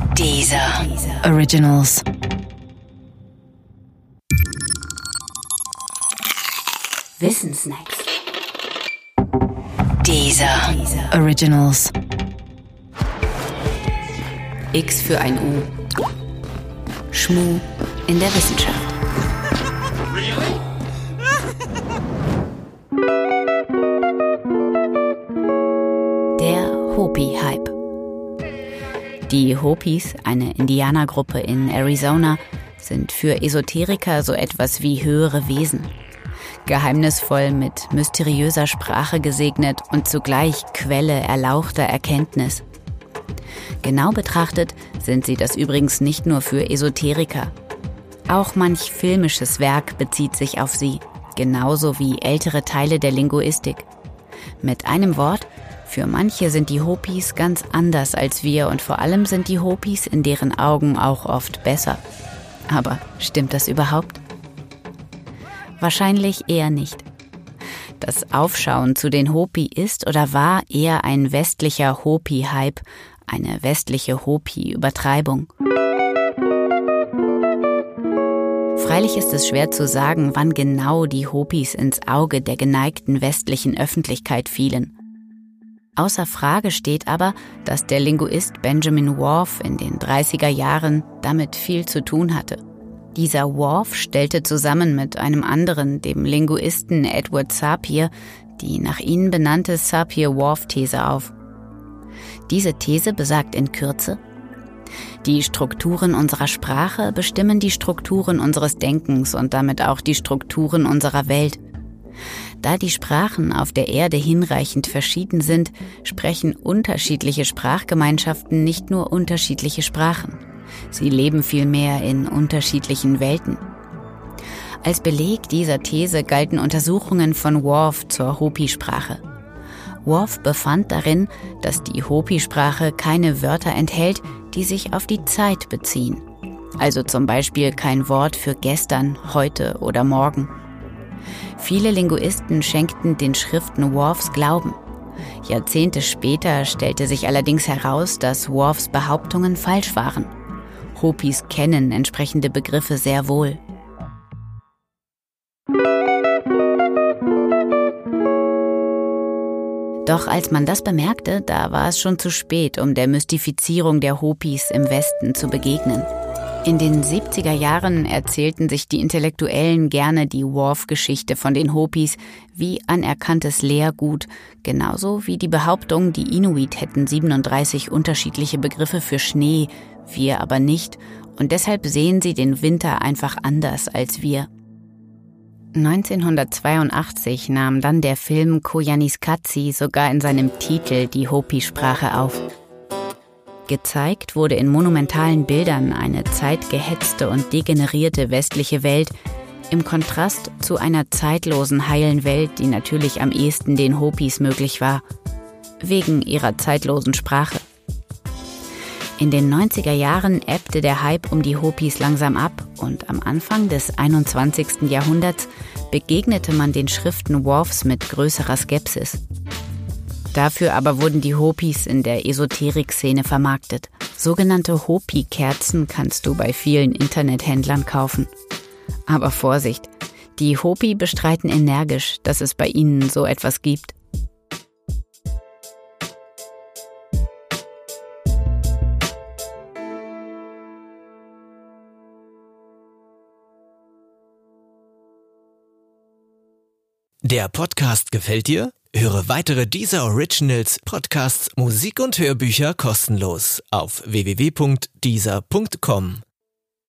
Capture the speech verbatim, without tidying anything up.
Deezer Originals. Wissensnacks. Deezer Originals. X für ein U. Schmu in der Wissenschaft. Der Hopi-Hype. Die Hopis, eine Indianergruppe in Arizona, sind für Esoteriker so etwas wie höhere Wesen. Geheimnisvoll mit mysteriöser Sprache gesegnet und zugleich Quelle erlauchter Erkenntnis. Genau betrachtet sind sie das übrigens nicht nur für Esoteriker. Auch manch filmisches Werk bezieht sich auf sie, genauso wie ältere Teile der Linguistik. Mit einem Wort: für manche sind die Hopis ganz anders als wir und vor allem sind die Hopis in deren Augen auch oft besser. Aber stimmt das überhaupt? Wahrscheinlich eher nicht. Das Aufschauen zu den Hopi ist oder war eher ein westlicher Hopi-Hype, eine westliche Hopi-Übertreibung. Freilich ist es schwer zu sagen, wann genau die Hopis ins Auge der geneigten westlichen Öffentlichkeit fielen. Außer Frage steht aber, dass der Linguist Benjamin Whorf in den dreißiger Jahren damit viel zu tun hatte. Dieser Whorf stellte zusammen mit einem anderen, dem Linguisten Edward Sapir, die nach ihnen benannte Sapir-Whorf-These auf. Diese These besagt in Kürze: Die Strukturen unserer Sprache bestimmen die Strukturen unseres Denkens und damit auch die Strukturen unserer Welt. Da die Sprachen auf der Erde hinreichend verschieden sind, sprechen unterschiedliche Sprachgemeinschaften nicht nur unterschiedliche Sprachen. Sie leben vielmehr in unterschiedlichen Welten. Als Beleg dieser These galten Untersuchungen von Whorf zur Hopi-Sprache. Whorf befand darin, dass die Hopi-Sprache keine Wörter enthält, die sich auf die Zeit beziehen. Also zum Beispiel kein Wort für gestern, heute oder morgen. Viele Linguisten schenkten den Schriften Whorfs Glauben. Jahrzehnte später stellte sich allerdings heraus, dass Whorfs Behauptungen falsch waren. Hopis kennen entsprechende Begriffe sehr wohl. Doch als man das bemerkte, da war es schon zu spät, um der Mystifizierung der Hopis im Westen zu begegnen. In den siebziger Jahren erzählten sich die Intellektuellen gerne die Whorf-Geschichte von den Hopis wie anerkanntes Lehrgut, genauso wie die Behauptung, die Inuit hätten siebenunddreißig unterschiedliche Begriffe für Schnee, wir aber nicht, und deshalb sehen sie den Winter einfach anders als wir. neunzehnhundertzweiundachtzig nahm dann der Film Koyaanisqatsi sogar in seinem Titel die Hopi-Sprache auf. Gezeigt wurde in monumentalen Bildern eine zeitgehetzte und degenerierte westliche Welt im Kontrast zu einer zeitlosen, heilen Welt, die natürlich am ehesten den Hopis möglich war, wegen ihrer zeitlosen Sprache. In den neunziger Jahren ebbte der Hype um die Hopis langsam ab und am Anfang des einundzwanzigsten Jahrhunderts begegnete man den Schriften Whorfs mit größerer Skepsis. Dafür aber wurden die Hopis in der Esoterik-Szene vermarktet. Sogenannte Hopi-Kerzen kannst du bei vielen Internethändlern kaufen. Aber Vorsicht, die Hopi bestreiten energisch, dass es bei ihnen so etwas gibt. Der Podcast gefällt dir? Höre weitere Deezer Originals, Podcasts, Musik und Hörbücher kostenlos auf w w w punkt deezer punkt com.